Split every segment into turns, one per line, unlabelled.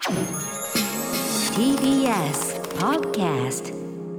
TBS Podcast。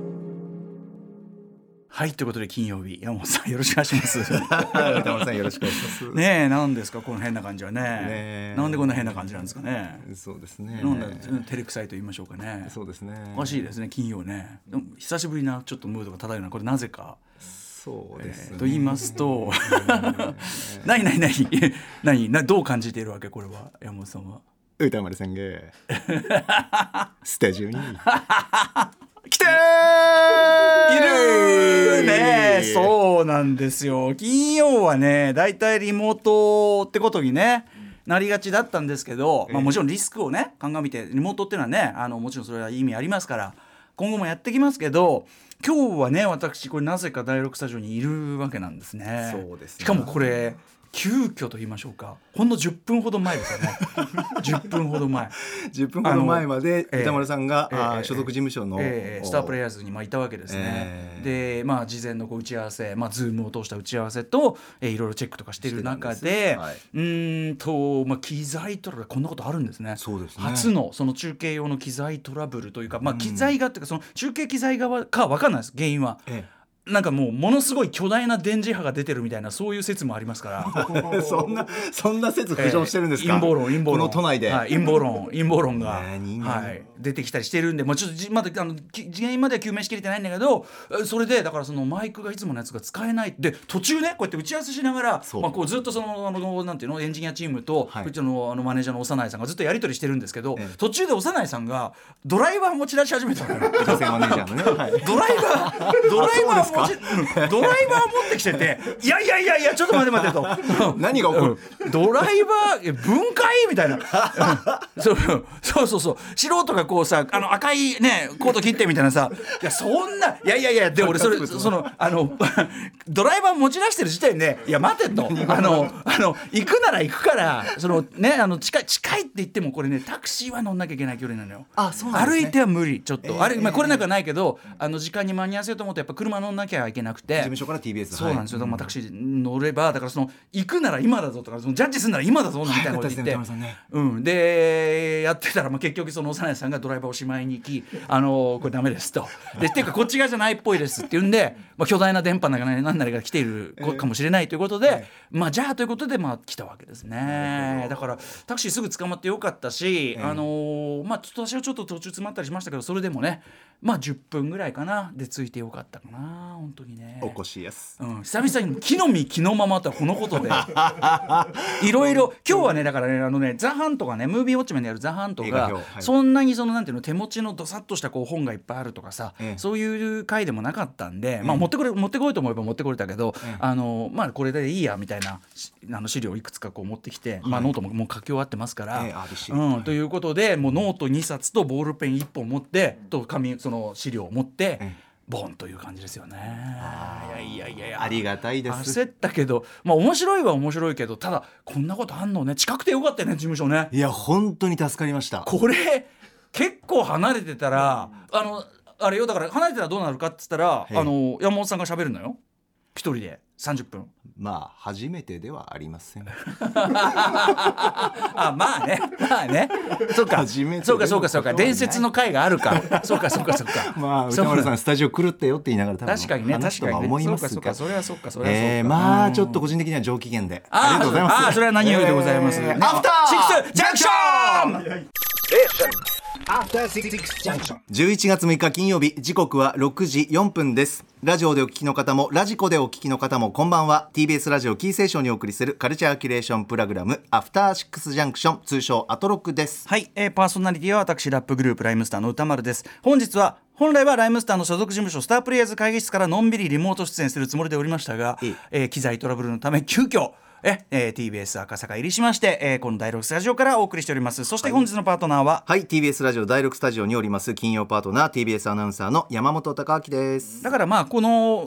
はい、ということで金曜日、山本さんよろしくお願いします
山本さんよろしくお願いします
ねえ、何ですかこの変な感じは
ね
なんでこんな変な感じなんですかね。
そうですね。
なんだ照れくさいと言いましょうかね。
そうですね。
おかしいですね金曜ね。でも久しぶりなちょっとムードが漂うな。これなぜか
そうですね。
と言いますと何どう感じているわけこれは山本さんは。
歌丸さんがスタジオに来て
いるね。そうなんですよ。金曜はねだいたいリモートってことにねなりがちだったんですけど、もちろんリスクをね鑑みてリモートっていうのはねもちろんそれは意味ありますから今後もやってきますけど、今日はね私これなぜか第6スタジオにいるわけなんですね。
そうですね。
しかもこれ急遽と言いましょうか、ほんの10分ほど前ですよね10分ほど前
まで歌丸さんが所属事務所の
スタープレイヤーズにいたわけですね。で事前の打ち合わせ、ズームを通した打ち合わせといろいろチェックとかしている中で、機材トラブルこんなことあるんですね。
そうですね。
初のその中継用の機材トラブルというか、機材がっていうかその中継機材側か分かんないです原因は。なんかものすごい巨大な電磁波が出てるみたいなそういう説もありますから
そんな説浮上してるんですか。
陰謀論
この都内で、
陰謀論が、出てきたりしてるんで、ちょっとまだ原因までは究明しきれてないんだけど、それでだからそのマイクがいつものやつが使えないで途中ねこうやって打ち合わせしながらこうずっとそのなんていうのエンジニアチームと、うちのマネージャーの長内さんがずっとやり取りしてるんですけど、途中で長内さんがドライバー持ち出し始めたのよ
女性マネージャーのね、
ドライバー持ってきてていやちょっと待ってと
何が起こる、
ドライバー分解みたいなそう素人がこうさ赤いねコート切ってみたいなさ、いやそんないやで俺そのドライバー持ち出してる時点でいや待てと行くなら行くからそのね近いって言ってもこれねタクシーは乗んなきゃいけない距離なのよ。
そうなんですね。
歩いては無理ちょっと、これなんかないけど時間に間に合わせようと思うとやっぱ車乗んなきゃいけなくて、
事務所から TBS
そうなんですよ。タクシー乗ればだからその行くなら今だぞとかそのジャッジするなら今だぞみたいなこと言って、でやってたら結局その幼いさんがドライバーをしまいに行きこれダメですとでっていうかこっち側じゃないっぽいですって言うんで、巨大な電波なんなりが来ているかもしれないということで、じゃあということで来たわけですね。だからタクシーすぐ捕まってよかったし、私はちょっと途中詰まったりしましたけどそれでもね10分ぐらいかなでついてよかったかな本当にね。
おこしやす、
久々に木の実木のままとはこのことでいろいろ今日はねだからねザ・ハントがねムービーウォッチメンでやるザ・ハントが、そんなにそのなんていうの手持ちのどさっとしたこう本がいっぱいあるとかさ、そういう回でもなかったんで、持ってこいと思えば持ってこれたけど、これでいいやみたいな資料をいくつかこう持ってきて、ノートももう書き終わってますから、ということでもうノート2冊とボールペン1本持ってとその資料を持って、ボンという感じですよね。いや
ありがたいです。
焦ったけど面白いは面白いけど、ただこんなことあんのね。近くてよかったよね事務所ね。
いや本当に助かりました。
これ結構離れてたら、あれよだから離れてたらどうなるかって言ったら、山本さんが喋るのよ一人で30分。
初めてではありません
まあねそうか伝説の回があるかそうか歌
丸さんスタジオ来るってよって言いながら
確かにね
思いますが、
それはそうか
ちょっと個人的には上機嫌でありがとうございます。
それは何よりでございます。
アフター
シックスジャンクション
11月6日金曜日、時刻は6時4分です。ラジオでお聞きの方もラジコでお聞きの方もこんばんは。 TBS ラジオキーセーションにお送りするカルチャーキュレーションプログラムアフターシックスジャンクション、通称アトロックです。
はい、パーソナリティは私ラップグループライムスターの歌丸です。本日は本来はライムスターの所属事務所スタープレイヤーズ会議室からのんびりリモート出演するつもりでおりましたが、機材トラブルのため急遽TBS 赤坂入りしまして、この第6スタジオからお送りしております。そして本日のパートナーは、
TBS ラジオ第6スタジオにおります金曜パートナー TBS アナウンサーの山本貴明です。
だからこの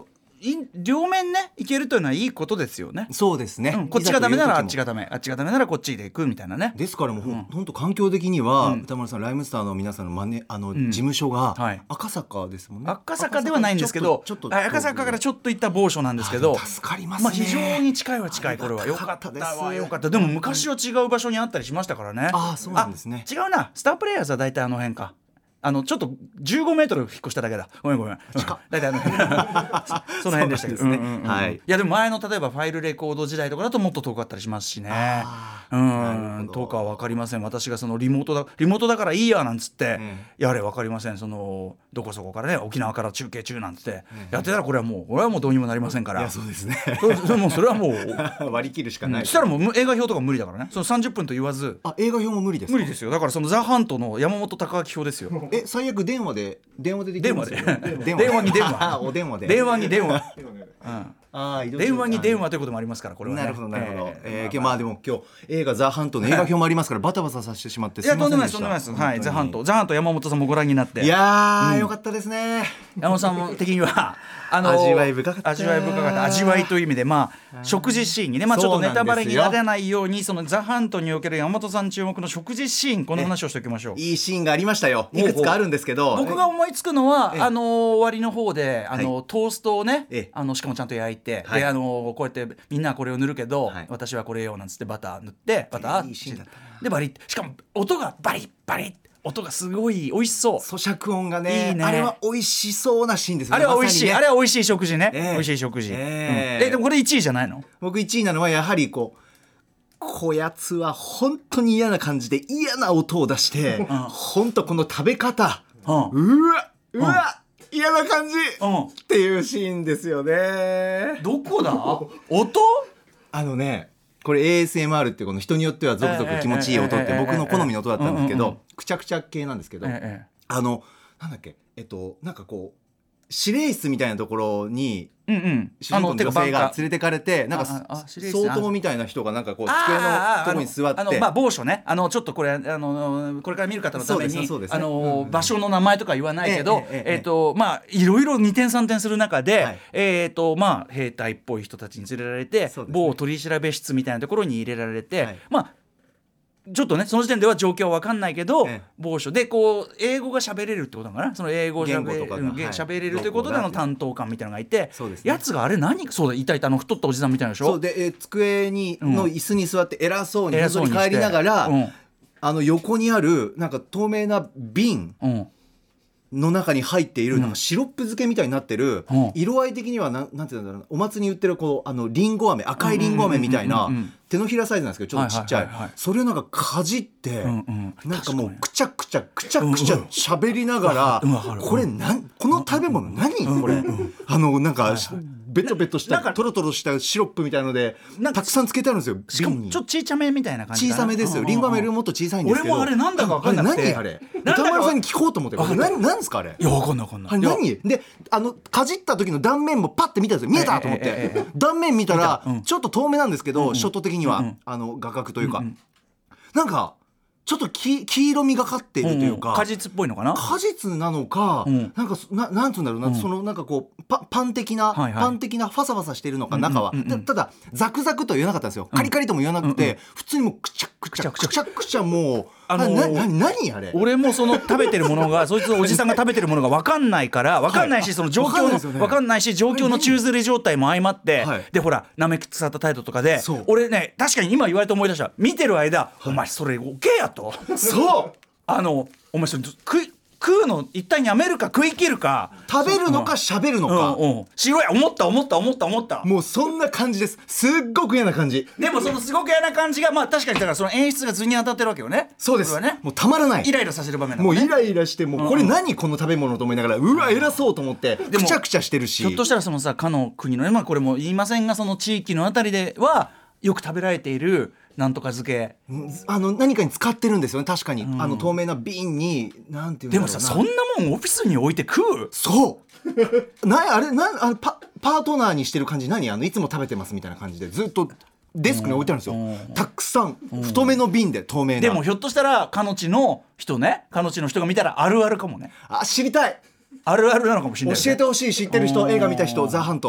両面ねいけるというのはいいことですよね。
そうですね、
こっちがダメならあっちがダメ、あっちがダメならこっちでいくみたいなね。
ですからもう本当環境的には歌丸さんライムスターの皆さんの事務所が赤坂ですもんね。
赤坂ではないんですけど、赤坂からちょっと行った某所なんですけど、
助かりますね。
非常に近いは近い。これは良かったわ、良かった。でも昔は違う場所にあったりしましたからね。
そうなんですね。
違うな、スタープレイヤーズは大体あの辺か。ちょっと15メートル引っ越しただけだ。ごめん大体その辺でしたけどね。いやでも前の例えばファイルレコード時代とかだともっと遠かったりしますしね。遠くは分かりません。私がそのリモートだからいいやなんつって、やれ分かりません。そのどこそこからね沖縄から中継中なんつってやってたら俺はもうどうにもなりませんから。
いやそうですね。
もうそれはもう
割り切るしかない。
そしたらもう映画表とか無理だからね。その30分と言わず。
映画表も無理ですか。
無理ですよ。だからそのザ・ハントの山本貴明表ですよ。
最悪電話でできますよ。
電話に電話
お電話で
電話に電話電話に電話ということもありますから、これはね。
なるほどなるほど。まあでも今日映画ザ・ハントの映画表もありますからバタバタさせてしまってすみませんでした。
とんでもないです。はい、ザ・ハント山本さんもご覧になって。
いやよかったですね。
山本さん的には
味わい深かった。
味わいという意味で食事シーンにね、ちょっとネタバレにならないようにそのザ・ハントにおける山本さん注目の食事シーン、この話をしておきましょう。
いいシーンがありましたよ。いくつかあるんですけど、
僕が思いつくのは終わりの方でトーストをねしかもちゃんと焼いて、でこうやってみんなこれを塗るけど私はこれよなんつってバター塗ってバターでバリッ、しかも音がバリッバリッ、音がすごい美味しそう。
咀嚼音がね、
いいね。
あれは美味しそうなシーンですね。
あれは美味しい、あれは美味しい食事ね。美味しい食事。でもこれ1位じゃないの？
僕1位なのはやはりこやつは本当に嫌な感じで嫌な音を出して、本当この食べ方、うわ嫌な感じっていうシーンですよね。
どこだ？音？
これ ASMR ってこの人によってはゾクゾク気持ちいい音って僕の好みの音だったんですけど、くちゃくちゃ系なんですけど、なんだっけなんかこう指令室みたいなところに主人公の女性が連れてかれて、なんか総統みたいな人がなんかこう机のところに座って
某所ね、ちょっとこれこれから見る方のために場所の名前とか言わないけどいろいろ二転三転する中で兵隊っぽい人たちに連れられて某取調室みたいなところに入れられて、ちょっとねその時点では状況は分かんないけど、某所でこう英語が喋れるってことだから、その英語を喋れるということで担当官みたいなのがいて、やつがあれそうだいた太ったおじさんみたいなでしょ。
そうで机の椅子に座って偉そうにへそり返りながら、横にあるなんか透明な瓶の中に入っているなんかシロップ漬けみたいになってる、色合い的にはなんていうんだろう、お祭りに売ってるリンゴ飴、赤いリンゴ飴みたいな手のひらサイズなんですけどちょっとちっちゃい、それをなんかかじって、なんかもうくちゃくちゃ喋りながら、これこの食べ物何これ、なんかベトベトしたトロトロしたシロップみたいのでたくさんつけてあるんですよ。
しかもちょっと小さめみたいな感じかな。
小さめですよ。リンゴ飴よりもっと小さいんですけど、
俺もあれなんだか分かんなくて、
何あれ歌丸さんに聞こうと思って、何ですかあれ。
いや分かんない
何でかじった時の断面もパッて見たんですよ。見えたと思って断面見たらちょっと透明なんですけど、ショット的には画角というかなんかちょっと黄色みがかっているというか、
果実っぽいのかな。
果実なのか、なんかなんつうんだろうな、そのなんかこうパン的なファサファサしているのか中は、ただザクザクとは言わなかったんですよ。カリカリとも言わなくて、普通にもうくちゃくちゃもう何あれ。
俺もその食べてるものがそいつのおじさんが食べてるものが分かんないから分かんないし、その状況の分かんないし、状況の宙づれ状態も相まって、でほらなめくさった態度とかで、俺ね確かに今言われて思い出した。見てる間お前それおけやと、
そう
お前それ食うの一体やめるか食い切るか、
食べるのか喋るのか、
白い思った
もうそんな感じです。すっごく嫌な感じ。
でもそのすごく嫌な感じが確かにだからその演出が図に当たってるわけよね。
そうです、
ね、
もうたまらない、
イライラさせる場面だ
もんね。もうイライラしてもうこれ何この食べ物と思いながら、うわ偉そうと思ってくちゃくちゃしてるし、
ひょっとしたらそのかの国のね、これも言いませんがその地域のあたりではよく食べられているなんとか漬け、
何かに使ってるんですよね。確かに、透明な瓶になんていうんだろうな。
でもさそんなもんオフィスに置いて食う？
そうあれパートナーにしてる感じ、いつも食べてますみたいな感じでずっとデスクに置いてあるんですよ。たくさん太めの瓶で透明な。
でもひょっとしたらかの地の人が見たらあるあるかもね。
知りたい。
あるあるなのかもしれない、ね、
教えてほしい。知ってる人、映画見た人、ザ・ハント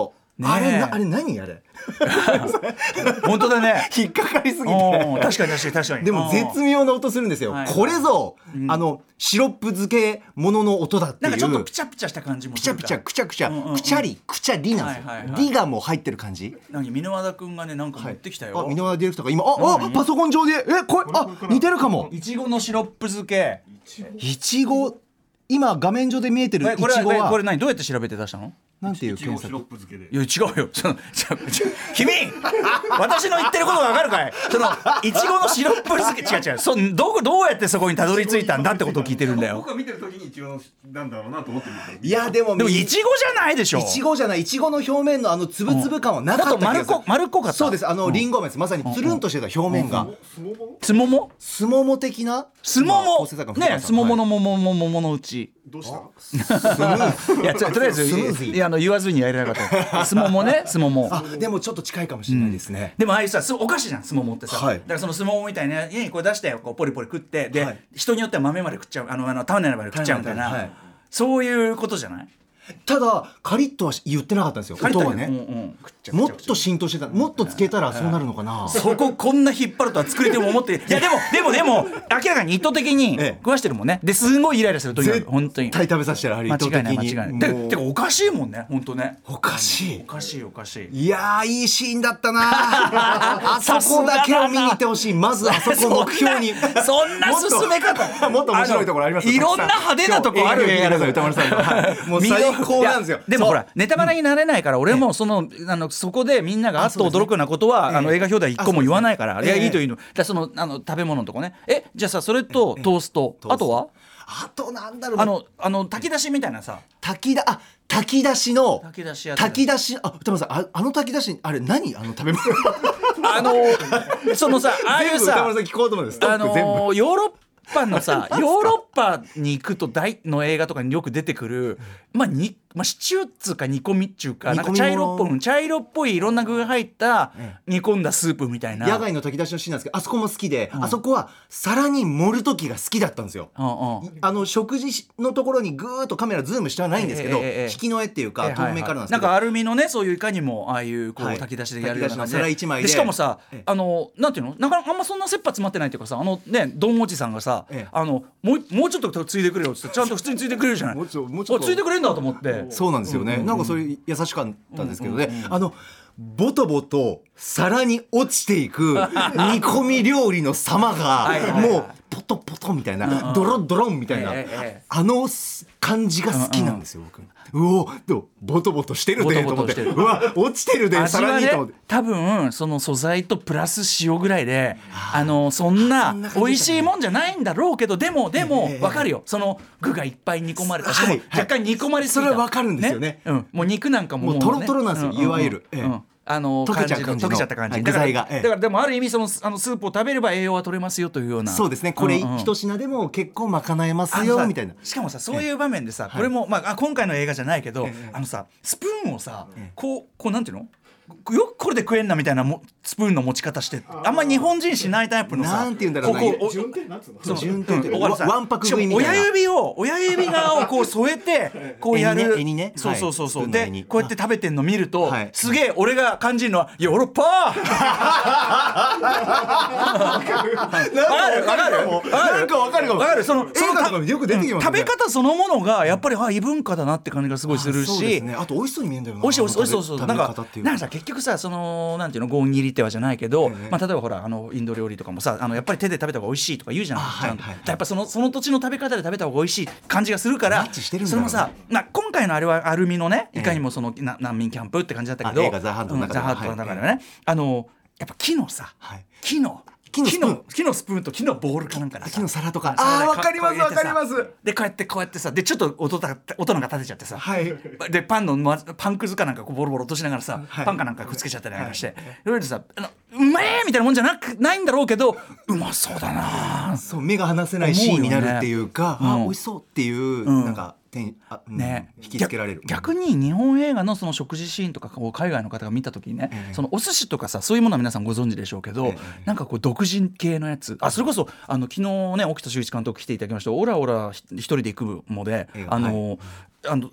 あれ何あれ
本当だね
引っかかりすぎて
確かに
でも絶妙な音するんですよ、
はい、
これぞ、シロップ漬けものの音だっていう、
なんかちょっとピチャピチャした感じもするか、
ピチャピチャくちゃくちゃ、くちゃりくちゃりなんですよ、りがもう入ってる感じ。
箕輪田くんがねなんか持ってきたよ、
箕輪田ディレクターが今パソコン上でこれ似てるかも。
いちごのシロップ漬け、
いちご今画面上で見えてるいちごは
これ何どうやって調べて出したの？
なんていう検索？
いや違うよ君私の言ってることがわかるかい？そのいちごのシロップ漬け違うどうやってそこにたどり着いたんだってことを聞いてるんだよ。
僕が見てる時にいちごなんだろうなと思って見てる。
いやでも
いちごじゃないでしょ。
いちごじゃない、いちごの表面のつぶつぶ感はなかった気がする。
丸っこかった。
そうです、リンゴ飴です。まさにつるんとしてた表面が
すもも
的な
すももね、すもものものうち
どうした
いやとりあえず言わずにやれなかったすももね、すもも。
でもちょっと近いかもしれないですね、
でもああいうさお菓子じゃんすももってさ、
はい、
だからそのすももみたいな家にこう出してこうポリポリ食ってで、はい、人によっては豆まで食っちゃう種まで食っちゃうみたいな、はい、そういうことじゃない？
ただカリッとは言ってなかったんですよ、音はね、もっと浸透してた、もっとつけたらそうなるのかな、
そここんな引っ張るとは作り手も思っていやでも明らかに意図的に食わしてるもんね。ですごいイライラするとにかく本当に
絶対食べさせてる、あれ意図的に
間違いないてかおかしいもんね本当ね。
おかしい
い
やーいいシーンだったなあそこだけを見に行ってほしい。まずあそこ目標に
そんな進め方
もっと面白いところありますよ。
いろんな派手なとこある
映画だ歌丸さんのもう最高なんですよ。
でもほらネタバレになれないから俺もそこでみんながあっと驚くようなことは映画表では一個も言わないから、いやいいというのだその食べ物のとこね。じゃあさそれとトースト、あとは
なんだろう、
炊き出しみたいなさ、
炊き出しの
炊き出し
歌丸さん炊き出しあれ何食べ物
そのさああいうさ
歌丸さん聞こうと思うんです。ヨ
ーロッパのさヨーロッパに行くと大の映画とかによく出てくるシチューっつうか煮込みっちゅうかなんか茶色っぽいいろんな具が入った煮込んだスープみたいな
野外の炊き出しのシーンなんですけど、あそこも好きで、あそこは皿に盛る時が好きだったんですよ、食事のところにぐーっとカメラズームしてはないんですけど、引きの絵っていうか遠目からなんですけど、
なんかアルミのねそういういかにもああいうこう炊き出しでやるような感じ
皿一枚で
しかもさなんていうのなんかあんまそんな切羽詰まってないっていうかさドンおじさんがさもうちょっとついでくれよってちゃんと普通についでくれるじゃない。もうちょっとついてくれるんだと思って。
そうなんですよね、なんかそういう優しかったんですけどね、ボトボト皿に落ちていく煮込み料理の様がもうポトポトみたいな、ドロドロンみたいな、感じが好きなんですよ、僕。ボトボトしてるでと思って、落ちてるで皿にと思って、
多分その素材とプラス塩ぐらいでそんな美味しいもんじゃないんだろうけど、でも分かるよ、その具がいっぱい煮込まれた、しかも若干煮込まれすぎた、
それは分かるんですよね。
もう肉なんかも
トロトロなんですよ、いわゆる
溶けちゃった感じ、
具材が、
だからでもある意味そのスープを食べれば栄養は取れますよというような。
そうですね、これ一品でも結構賄えますよみたいな。
しかもさそういう場面でさ、これも今回の映画じゃないけど、さスプーンをさこうなんていうのよくこれで食えんなみたいなスプーンの持ち方して、あんまり日本人しないタイプのさ、
なんていうんだろうな、
順手なんつうの、
順手わんぱく食いみたいな、
親指側をこう添えてこうやる
絵にね、
そうでこうやって食べてんの見ると、すげえ俺が感じるのはヨーロッパ
なんかわかるかも。
その
映画とかよく出てきますね。
食べ方そのものがやっぱり異文化だなって感じがすごいするし、
あと美味しそうに見えるんだよな。
美味しそうなんかさ結局さそのなんていうのゴン切りってはじゃないけど、例えばほらインド料理とかもさやっぱり手で食べた方が美味しいとか言うじゃない。やっぱその土地の食べ方で食べた方が美味しい感じがするから、それもさ今回のあれはアルミのねいかにもその難民キャンプって感じだったけど、
映画ザ・ハントの中
でねやっぱ木のさ木のスプーンと木のボールかなんかでさ、
木の皿とか、わかります
でこうやってさでちょっと音なんか立てちゃってさ、でパンくずかなんかこうボロボロ落としながらさ、パンかなんかくっつけちゃったりなんかして、いろいろさうまえみたいなもんじゃないんだろうけど、うまそうだな、
そう目が離せないシーンになるっていうか、美味しそうっていうなんか引きつけられる。
逆に日本映画のその食事シーンとかを海外の方が見た時にね、そのお寿司とかさそういうものは皆さんご存知でしょうけど、なんかこう独自系のやつ、それこそ昨日ね沖田修一監督来ていただきましたオラオラ一人で行くので、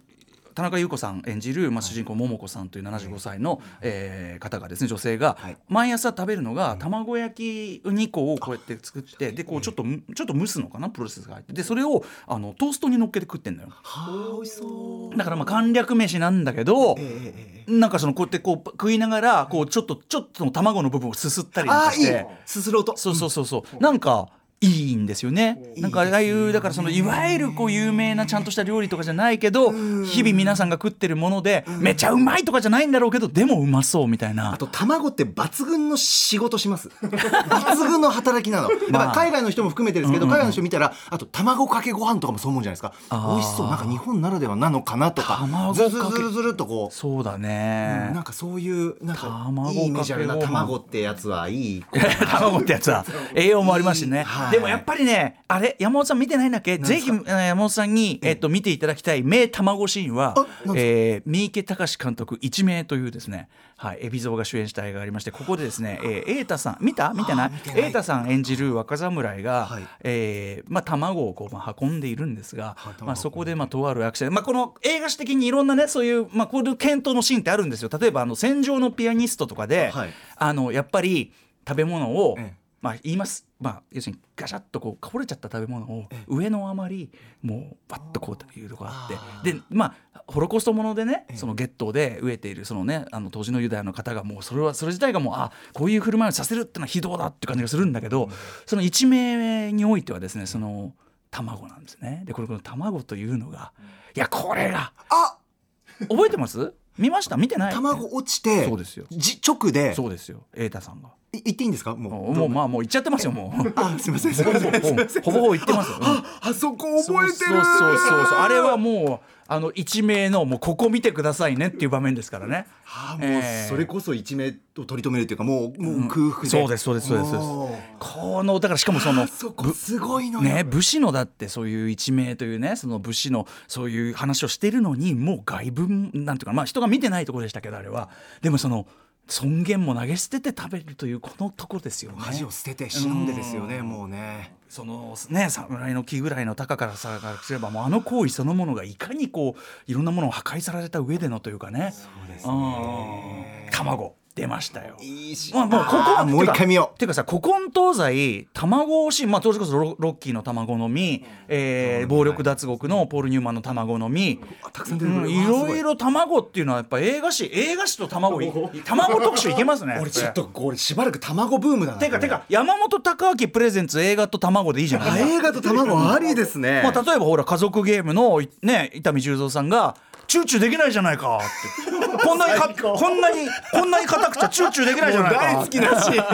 田中裕子さん演じる、主人公桃子さんという75歳の、方がですね、女性が毎朝食べるのが卵焼き2個をこうやって作って、でこうちょっと蒸すのかな、プロセスが入って、でそれをトーストに乗っけて食ってんのよ。
美味しそう。
だから簡略飯なんだけど、なんかこうやってこう食いながらこうちょっとの卵の部分をすすったりなんかして、
すする音。
そうなんかいいんですよね。なんかああいうだからそのいわゆるこう有名なちゃんとした料理とかじゃないけど、日々皆さんが食ってるものでめちゃうまいとかじゃないんだろうけど、でもうまそうみたいな。
あと卵って抜群の仕事します抜群の働きなの。だから海外の人も含めてですけど、海外の人見たらあと卵かけご飯とかもそう思うんじゃないですか。美味しそう、なんか日本ならではなのかなとか、ずるずるっとこう。
そうだね、
なんかそういうなんかいいイメージあるな。卵ってやつはいい
卵ってやつは栄養もありますしね。でもやっぱりね、あれ山本さん見てないんだっけ。ぜひ山本さんに、見ていただきたい名卵シーンは、三池崇史監督一名というですね、海老蔵が主演した映画がありまして、ここでですね、瑛太さん見てない瑛太さん演じる若侍が、卵をこう、運んでいるんですが、そこでとあるアクシデント、この映画史的にいろんなねそういう、こういう検討のシーンってあるんですよ。例えば戦場のピアニストとかで、やっぱり食べ物を、言います、要するにガシャッとこうこぼれちゃった食べ物を上のあまりもうバッとこうというところがあって、でホロコーストものでね、そのゲットーで飢えているそのね当時のユダヤの方がもうそれ自体がもうこういう振る舞いをさせるってのは非道だって感じがするんだけど、その一名においてはですね、その卵なんですね。でこの卵というのが、いやこれが覚えてます？見ました？見てない？
卵落ちて
そうですよ、
直で。
そうですよ、瑛太さんが
言っていいんですか？もう
言っちゃってますよ、もう
すいませんほ
ぼ言ってますよ。
あそこ覚えてる。
そうあれはもう一名のもうここ見てくださいねっていう場面ですからね。
もうそれこそ一名を取り留めるっていうか、もう空腹で、
そうですこのだからしかもそ
こすごいのよ
ね、武士のだってそういう一名というね、その武士のそういう話をしてるのに、もう外文なんていうか、人が見てないところでしたけど、あれはでもその尊厳も投げ捨てて食べるというこのところですよね。
恥を捨てて死んでですよね。もうね、
そのね侍の木ぐらいの高からさからすれば、もう行為そのものがいかにこういろんなものを破壊された上でのというかね。
そうですね。
卵出ましたよ。
いいし、
もうここ
もう一回見よう。
ていうかさ、古今東西卵推し、当時こそロッキーの卵の実、暴力脱獄のポール・ニューマンの卵の実、
たくさん出てくる。
いろいろ卵っていうのはやっぱ映画史と卵特集いけますね。
俺ちょっとこれしばらく卵ブームだな。
てか山本隆明プレゼンツ映画と卵でいいじゃない。
映画と卵ありですね。
例えばほら家族ゲームのね伊丹十三さんがチューチューできないじゃないかってこんなに硬くちゃチューチューできないじゃないか。
大好きだし
で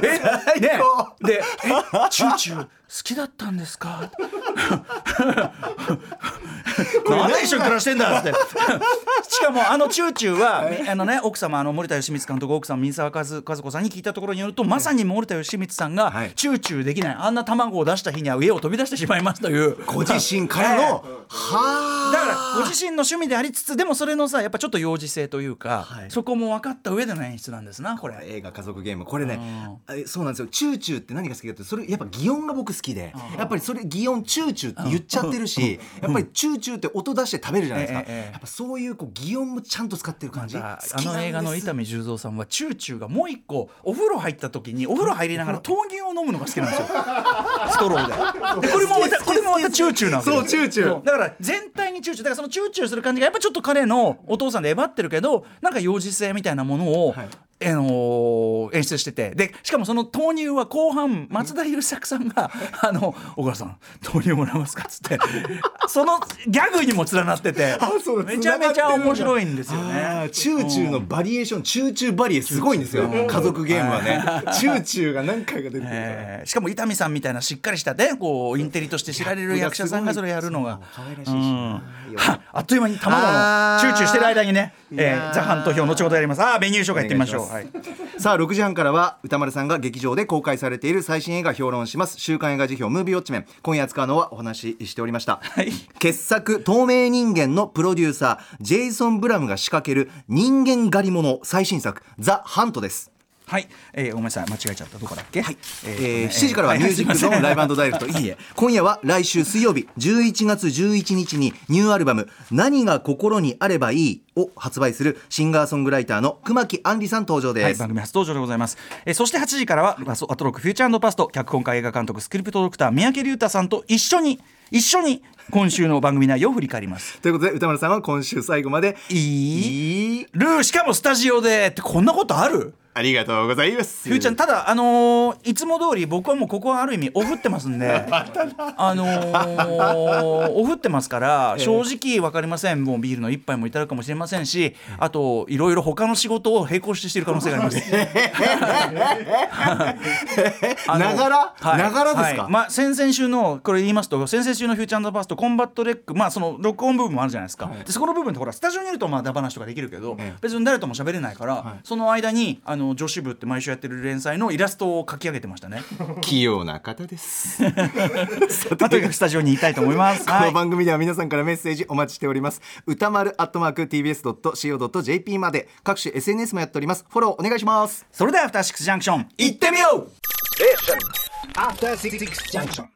チューチュー好きだったんですかなんで一緒に暮らしてんだってしかもチューチューは奥様森田芳光監督、奥様水沢和子さんに聞いたところによると、まさに森田芳光さんがチューチューできない、あんな卵を出した日には家を飛び出してしまいますという
ご自身からの、
だからご自身の趣味でありつつ、でもそれのさやっぱちょっと幼児性というか、そこも分かった上での演出なんですな、これ。
映画家族ゲームこれね、そうなんですよ。チューチューって何が好きかって、それやっぱ擬音が僕好きで、やっぱりそれ擬音チューチューって言っちゃってるし、やっぱりチューチューって音出して食べるじゃないですか。やっぱそういう擬音もちゃんと使ってる感じ。
映画の伊丹十三さんはチューチューがもう一個、お風呂入った時にお風呂入りながら豆乳を飲むのが好きなんですよストローで。これもまたチューチューなんですよ。
そうチューチュー
だから全体にチューチューだから、そのチューチューする感じがやっぱちょっと彼のお父さんでえばってるけど、なんか幼児性みたいなものを、演出してて、でしかもその豆乳は後半松田優作さんが小川さん豆乳もらえますかっつってそのギャグにも連なっててめちゃめちゃ面白いんですよね。
チューチューのバリエーション、チューチューバリエすごいんですよ。家族ゲームはねチューチューが何回か出てくる、し
かも伊丹さんみたいなしっかりしたねこうインテリとして知られる役者さんがそれやるのが
可愛らしいし、
あっという間に卵のチューチューしてる間にね、ザハン投票後ほどやります。メニュー紹介いってみましょう。
さあ6時半からは歌丸さんが劇場で公開されている最新映画評論します週刊映画辞表ムービーウォッチメン。今夜扱うのはお話ししておりました、傑作透明人間のプロデューサージェイソン・ブラムが仕掛ける人間狩り物最新作ザ・ハントです。
はい、ごめんなさい間違えちゃった。どこだっけ。はい、
7時からはミュージックゾーンライブダイレクト。いいえ、今夜は来週水曜日11月11日にニューアルバム何が心にあればいいを発売するシンガーソングライターの熊木杏里さん登場です。
はい、番組初登場でございます。そして8時からはアトロックフューチャー&パスト、脚本家映画監督スクリプトドクター三宅龍太さんと一緒に今週の番組内容を振り返ります
ということで歌丸さんは今週最後まで
いいルー、しかもスタジオでってこんなことある？
ありがとうございます。
フューちゃん、ただいつも通り僕はもうここはある意味オフってますんでオフってますから正直分かりません。もうビールの一杯もいただくかもしれませんし、あといろいろ他の仕事を並行している可能性があります
ながらですか、
はい、先々週のこれ言いますと、先々週のフューチャー&パストコンバットレック、その録音部分もあるじゃないですか、でそこの部分ってほらスタジオにいるとダ話とかできるけど、別に誰とも喋れないから、その間に女子部って毎週やってる連載のイラストを描き上げてましたね。
器用な方です
とにかくスタジオにいたいと思います。
この番組では皆さんからメッセージお待ちしております。歌丸@tbs.co.jp まで、各種 SNS もやっております。フォローお願いします。
それではアフターシックスジャンクション行ってみよう。
アフターシックスジャンクション。